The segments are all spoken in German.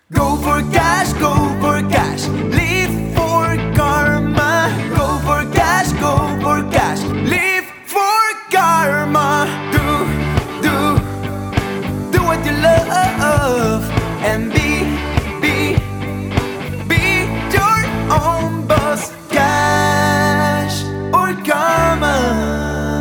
Go for cash, live for karma. Go for cash, live for karma. Do what you love and be your own boss. Cash or karma.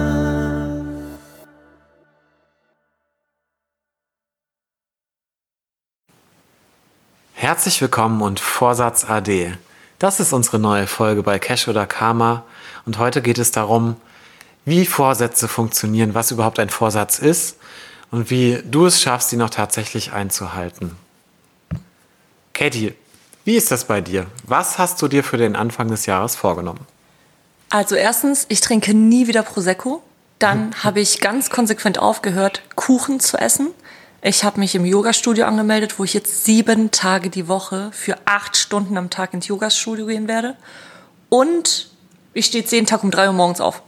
Herzlich willkommen und Vorsatz AD. Das ist unsere neue Folge bei Cash oder Karma und heute geht es darum, wie Vorsätze funktionieren, was überhaupt ein Vorsatz ist und wie du es schaffst, ihn auch tatsächlich einzuhalten. Katie, wie ist das bei dir? Was hast du dir für den Anfang des Jahres vorgenommen? Also erstens, ich trinke nie wieder Prosecco. Dann habe ich ganz konsequent aufgehört, Kuchen zu essen. Ich habe mich im Yogastudio angemeldet, wo ich jetzt 7 Tage die Woche für 8 Stunden am Tag ins Yogastudio gehen werde. Und ich stehe jeden Tag um 3 Uhr morgens auf.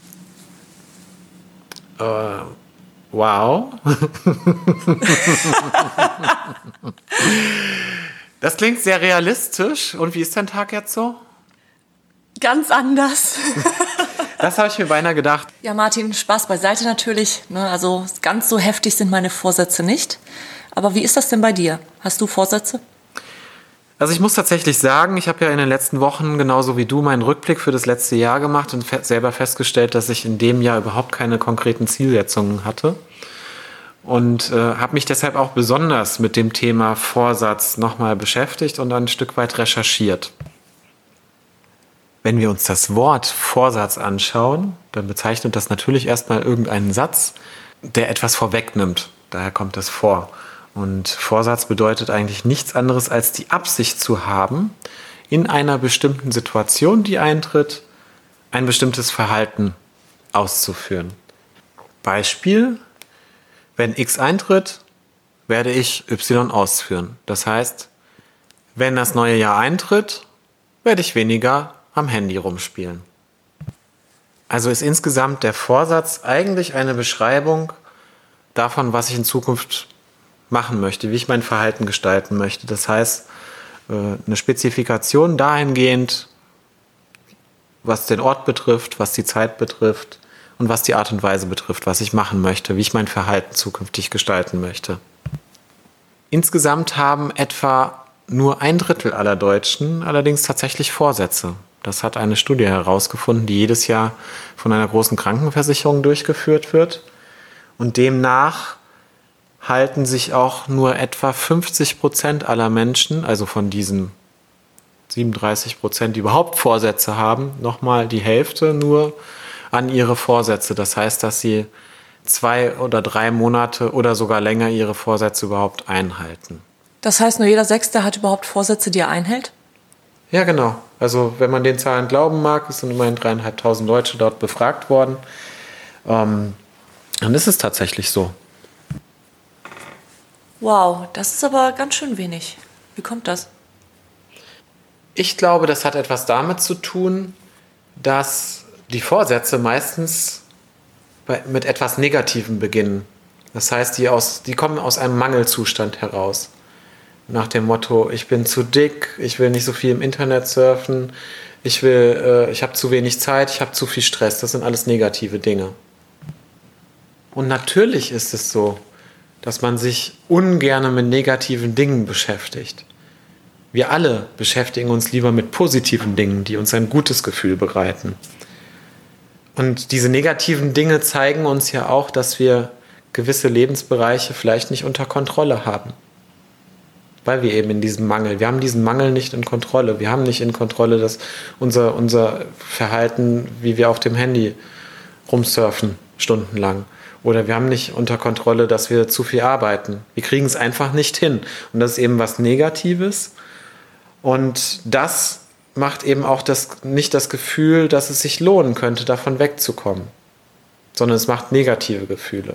Wow. Das klingt sehr realistisch. Und wie ist dein Tag jetzt so? Ganz anders. Das habe ich mir beinahe gedacht. Ja, Martin, Spaß beiseite natürlich. Also ganz so heftig sind meine Vorsätze nicht. Aber wie ist das denn bei dir? Hast du Vorsätze? Also ich muss tatsächlich sagen, ich habe ja in den letzten Wochen genauso wie du meinen Rückblick für das letzte Jahr gemacht und selber festgestellt, dass ich in dem Jahr überhaupt keine konkreten Zielsetzungen hatte. Und habe mich deshalb auch besonders mit dem Thema Vorsatz nochmal beschäftigt und ein Stück weit recherchiert. Wenn wir uns das Wort Vorsatz anschauen, dann bezeichnet das natürlich erstmal irgendeinen Satz, der etwas vorwegnimmt. Daher kommt das vor. Und Vorsatz bedeutet eigentlich nichts anderes, als die Absicht zu haben, in einer bestimmten Situation, die eintritt, ein bestimmtes Verhalten auszuführen. Beispiel: Wenn X eintritt, werde ich Y ausführen. Das heißt, wenn das neue Jahr eintritt, werde ich weniger am Handy rumspielen. Also ist insgesamt der Vorsatz eigentlich eine Beschreibung davon, was ich in Zukunft machen möchte, wie ich mein Verhalten gestalten möchte. Das heißt, eine Spezifikation dahingehend, was den Ort betrifft, was die Zeit betrifft und was die Art und Weise betrifft, was ich machen möchte, wie ich mein Verhalten zukünftig gestalten möchte. Insgesamt haben etwa nur 1/3 aller Deutschen allerdings tatsächlich Vorsätze. Das hat eine Studie herausgefunden, die jedes Jahr von einer großen Krankenversicherung durchgeführt wird. Und demnach halten sich auch nur etwa 50% aller Menschen, also von diesen 37%, die überhaupt Vorsätze haben, nochmal die Hälfte nur an ihre Vorsätze. Das heißt, dass sie 2 oder 3 Monate oder sogar länger ihre Vorsätze überhaupt einhalten. Das heißt, nur jeder Sechste hat überhaupt Vorsätze, die er einhält? Ja, genau. Also wenn man den Zahlen glauben mag, es sind immerhin 3.500 Deutsche dort befragt worden, dann ist es tatsächlich so. Wow, das ist aber ganz schön wenig. Wie kommt das? Ich glaube, das hat etwas damit zu tun, dass die Vorsätze meistens mit etwas Negativem beginnen. Das heißt, die kommen aus einem Mangelzustand heraus. Nach dem Motto, ich bin zu dick, ich will nicht so viel im Internet surfen, ich habe zu wenig Zeit, ich habe zu viel Stress. Das sind alles negative Dinge. Und natürlich ist es so, dass man sich ungern mit negativen Dingen beschäftigt. Wir alle beschäftigen uns lieber mit positiven Dingen, die uns ein gutes Gefühl bereiten. Und diese negativen Dinge zeigen uns ja auch, dass wir gewisse Lebensbereiche vielleicht nicht unter Kontrolle haben. Weil wir eben in diesem Mangel, wir haben diesen Mangel nicht in Kontrolle. Wir haben nicht in Kontrolle, dass unser Verhalten, wie wir auf dem Handy rumsurfen, stundenlang. Oder wir haben nicht unter Kontrolle, dass wir zu viel arbeiten. Wir kriegen es einfach nicht hin. Und das ist eben was Negatives. Und das macht eben auch nicht das Gefühl, dass es sich lohnen könnte, davon wegzukommen. Sondern es macht negative Gefühle.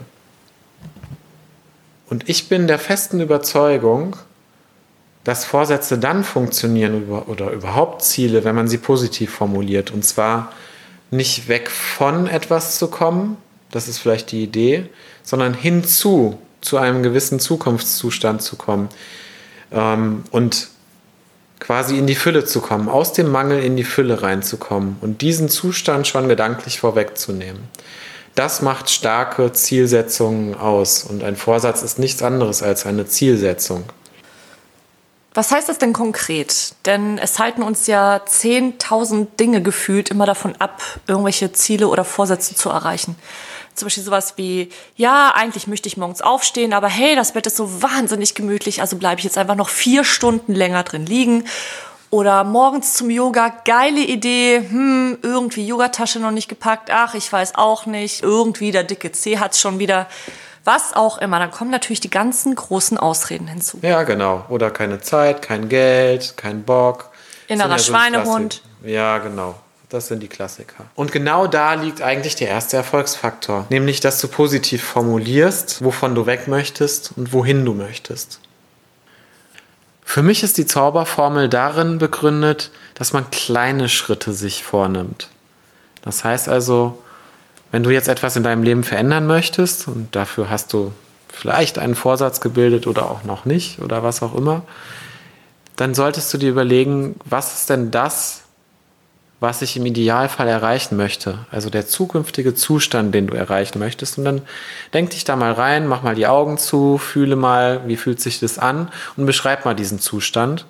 Und ich bin der festen Überzeugung, dass Vorsätze dann funktionieren oder überhaupt Ziele, wenn man sie positiv formuliert. Und zwar nicht weg von etwas zu kommen, das ist vielleicht die Idee, sondern hinzu zu einem gewissen Zukunftszustand zu kommen. Und quasi in die Fülle zu kommen, aus dem Mangel in die Fülle reinzukommen und diesen Zustand schon gedanklich vorwegzunehmen. Das macht starke Zielsetzungen aus und ein Vorsatz ist nichts anderes als eine Zielsetzung. Was heißt das denn konkret? Denn es halten uns ja 10.000 Dinge gefühlt immer davon ab, irgendwelche Ziele oder Vorsätze zu erreichen. Zum Beispiel sowas wie, ja, eigentlich möchte ich morgens aufstehen, aber hey, das Bett ist so wahnsinnig gemütlich, also bleibe ich jetzt einfach noch 4 Stunden länger drin liegen. Oder morgens zum Yoga, geile Idee, irgendwie Yogatasche noch nicht gepackt, ach, ich weiß auch nicht, irgendwie der dicke Zeh hat's schon wieder, was auch immer. Dann kommen natürlich die ganzen großen Ausreden hinzu. Ja, genau. Oder keine Zeit, kein Geld, kein Bock. Innerer Schweinehund. Ja, genau. Das sind die Klassiker. Und genau da liegt eigentlich der erste Erfolgsfaktor. Nämlich, dass du positiv formulierst, wovon du weg möchtest und wohin du möchtest. Für mich ist die Zauberformel darin begründet, dass man kleine Schritte sich vornimmt. Das heißt also, wenn du jetzt etwas in deinem Leben verändern möchtest und dafür hast du vielleicht einen Vorsatz gebildet oder auch noch nicht oder was auch immer, dann solltest du dir überlegen, was ist denn das, was ich im Idealfall erreichen möchte, also der zukünftige Zustand, den du erreichen möchtest. Und dann denk dich da mal rein, mach mal die Augen zu, fühle mal, wie fühlt sich das an und beschreib mal diesen Zustand.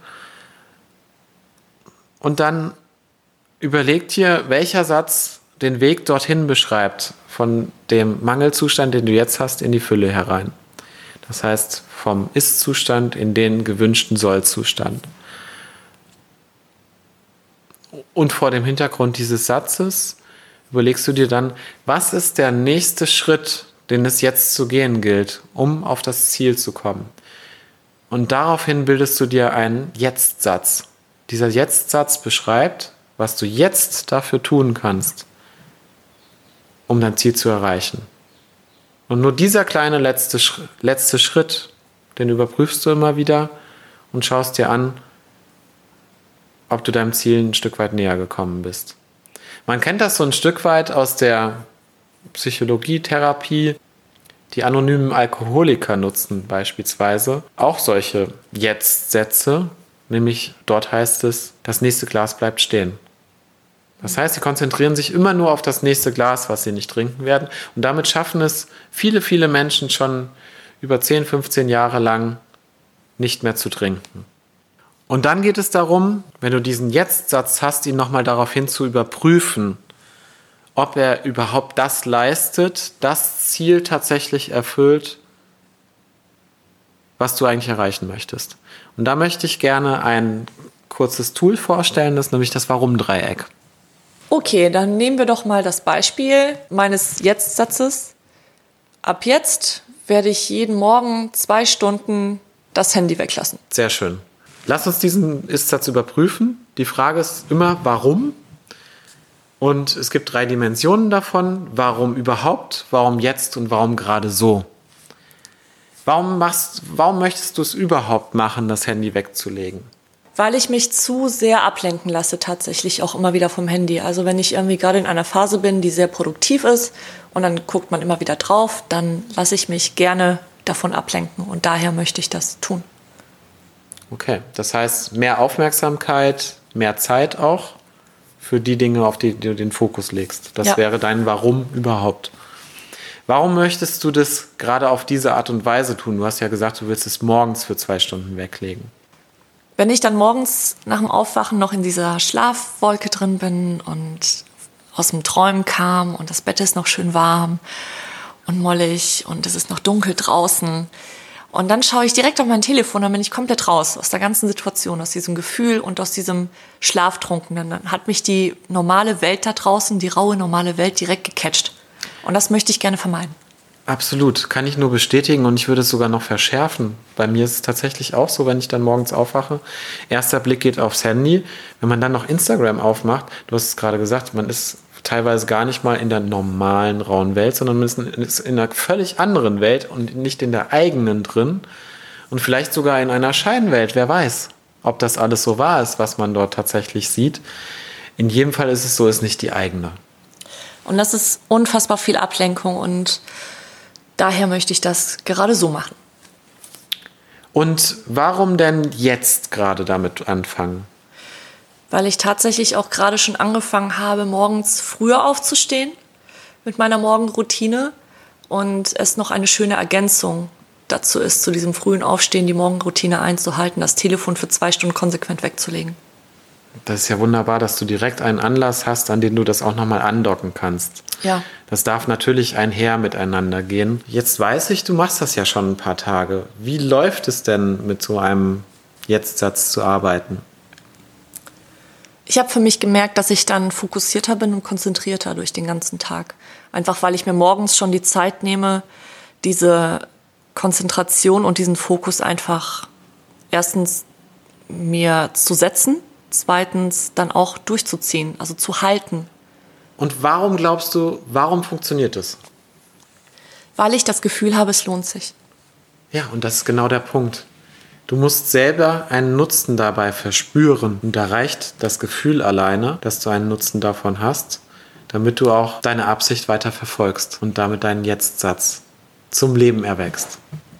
Und dann überleg dir, welcher Satz den Weg dorthin beschreibt, von dem Mangelzustand, den du jetzt hast, in die Fülle herein. Das heißt, vom Ist-Zustand in den gewünschten Soll-Zustand. Und vor dem Hintergrund dieses Satzes überlegst du dir dann, was ist der nächste Schritt, den es jetzt zu gehen gilt, um auf das Ziel zu kommen. Und daraufhin bildest du dir einen Jetzt-Satz. Dieser Jetzt-Satz beschreibt, was du jetzt dafür tun kannst, um dein Ziel zu erreichen. Und nur dieser kleine letzte Schritt, den überprüfst du immer wieder und schaust dir an, ob du deinem Ziel ein Stück weit näher gekommen bist. Man kennt das so ein Stück weit aus der Psychologietherapie. Die anonymen Alkoholiker nutzen beispielsweise auch solche Jetzt-Sätze, nämlich dort heißt es, das nächste Glas bleibt stehen. Das heißt, sie konzentrieren sich immer nur auf das nächste Glas, was sie nicht trinken werden. Und damit schaffen es viele, viele Menschen schon über 10, 15 Jahre lang nicht mehr zu trinken. Und dann geht es darum, wenn du diesen Jetzt-Satz hast, ihn nochmal daraufhin zu überprüfen, ob er überhaupt das leistet, das Ziel tatsächlich erfüllt, was du eigentlich erreichen möchtest. Und da möchte ich gerne ein kurzes Tool vorstellen, das ist nämlich das Warum-Dreieck. Okay, dann nehmen wir doch mal das Beispiel meines Jetzt-Satzes. Ab jetzt werde ich jeden Morgen 2 Stunden das Handy weglassen. Sehr schön. Lass uns diesen Ist-Satz überprüfen. Die Frage ist immer, warum? Und es gibt 3 Dimensionen davon. Warum überhaupt? Warum jetzt? Und warum gerade so? Warum möchtest du es überhaupt machen, das Handy wegzulegen? Weil ich mich zu sehr ablenken lasse, tatsächlich auch immer wieder vom Handy. Also wenn ich irgendwie gerade in einer Phase bin, die sehr produktiv ist und dann guckt man immer wieder drauf, dann lasse ich mich gerne davon ablenken und daher möchte ich das tun. Okay, das heißt mehr Aufmerksamkeit, mehr Zeit auch für die Dinge, auf die du den Fokus legst. Das wäre dein Warum überhaupt. Warum möchtest du das gerade auf diese Art und Weise tun? Du hast ja gesagt, du willst es morgens für 2 Stunden weglegen. Wenn ich dann morgens nach dem Aufwachen noch in dieser Schlafwolke drin bin und aus dem Träumen kam und das Bett ist noch schön warm und mollig und es ist noch dunkel draußen, und dann schaue ich direkt auf mein Telefon, dann bin ich komplett raus aus der ganzen Situation, aus diesem Gefühl und aus diesem Schlaftrunkenen. Dann hat mich die normale Welt da draußen, die raue normale Welt direkt gecatcht. Und das möchte ich gerne vermeiden. Absolut, kann ich nur bestätigen und ich würde es sogar noch verschärfen. Bei mir ist es tatsächlich auch so, wenn ich dann morgens aufwache, erster Blick geht aufs Handy. Wenn man dann noch Instagram aufmacht, du hast es gerade gesagt, man ist teilweise gar nicht mal in der normalen rauen Welt, sondern man ist in einer völlig anderen Welt und nicht in der eigenen drin und vielleicht sogar in einer Scheinwelt. Wer weiß, ob das alles so wahr ist, was man dort tatsächlich sieht. In jedem Fall ist es so, ist nicht die eigene. Und das ist unfassbar viel Ablenkung und daher möchte ich das gerade so machen. Und warum denn jetzt gerade damit anfangen? Weil ich tatsächlich auch gerade schon angefangen habe, morgens früher aufzustehen mit meiner Morgenroutine und es noch eine schöne Ergänzung dazu ist, zu diesem frühen Aufstehen die Morgenroutine einzuhalten, das Telefon für 2 Stunden konsequent wegzulegen. Das ist ja wunderbar, dass du direkt einen Anlass hast, an den du das auch nochmal andocken kannst. Ja. Das darf natürlich einher miteinander gehen. Jetzt weiß ich, du machst das ja schon ein paar Tage. Wie läuft es denn, mit so einem Jetzt-Satz zu arbeiten? Ich habe für mich gemerkt, dass ich dann fokussierter bin und konzentrierter durch den ganzen Tag. Einfach weil ich mir morgens schon die Zeit nehme, diese Konzentration und diesen Fokus einfach erstens mir zu setzen, zweitens dann auch durchzuziehen, also zu halten. Und warum glaubst du, warum funktioniert es? Weil ich das Gefühl habe, es lohnt sich. Ja, und das ist genau der Punkt. Du musst selber einen Nutzen dabei verspüren. Und da reicht das Gefühl alleine, dass du einen Nutzen davon hast, damit du auch deine Absicht weiter verfolgst und damit deinen Jetzt-Satz zum Leben erwächst.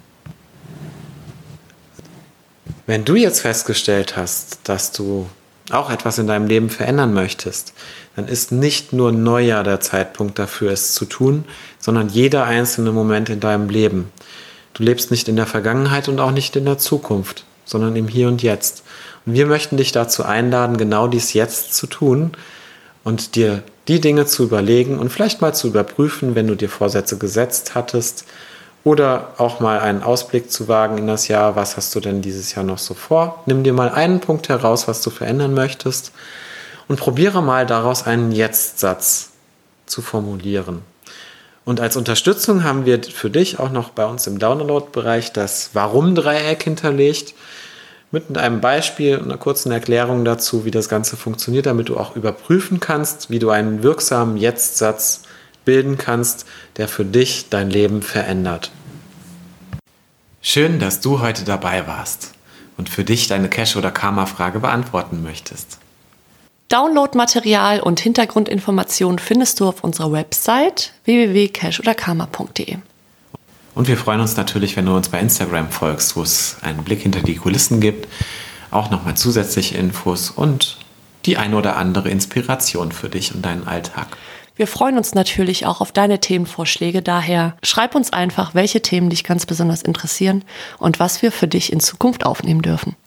Wenn du jetzt festgestellt hast, dass du auch etwas in deinem Leben verändern möchtest, dann ist nicht nur Neujahr der Zeitpunkt dafür, es zu tun, sondern jeder einzelne Moment in deinem Leben. Du lebst nicht in der Vergangenheit und auch nicht in der Zukunft, sondern im Hier und Jetzt. Und wir möchten dich dazu einladen, genau dies jetzt zu tun und dir die Dinge zu überlegen und vielleicht mal zu überprüfen, wenn du dir Vorsätze gesetzt hattest, oder auch mal einen Ausblick zu wagen in das Jahr. Was hast du denn dieses Jahr noch so vor? Nimm dir mal einen Punkt heraus, was du verändern möchtest und probiere mal daraus einen Jetzt-Satz zu formulieren. Und als Unterstützung haben wir für dich auch noch bei uns im Download-Bereich das Warum-Dreieck hinterlegt mit einem Beispiel und einer kurzen Erklärung dazu, wie das Ganze funktioniert, damit du auch überprüfen kannst, wie du einen wirksamen Jetzt-Satz bilden kannst, der für dich dein Leben verändert. Schön, dass du heute dabei warst und für dich deine Cash- oder Karma-Frage beantworten möchtest. Downloadmaterial und Hintergrundinformationen findest du auf unserer Website www.cashoderkarma.de. Und wir freuen uns natürlich, wenn du uns bei Instagram folgst, wo es einen Blick hinter die Kulissen gibt, auch nochmal zusätzliche Infos und die ein oder andere Inspiration für dich und deinen Alltag. Wir freuen uns natürlich auch auf deine Themenvorschläge, daher schreib uns einfach, welche Themen dich ganz besonders interessieren und was wir für dich in Zukunft aufnehmen dürfen.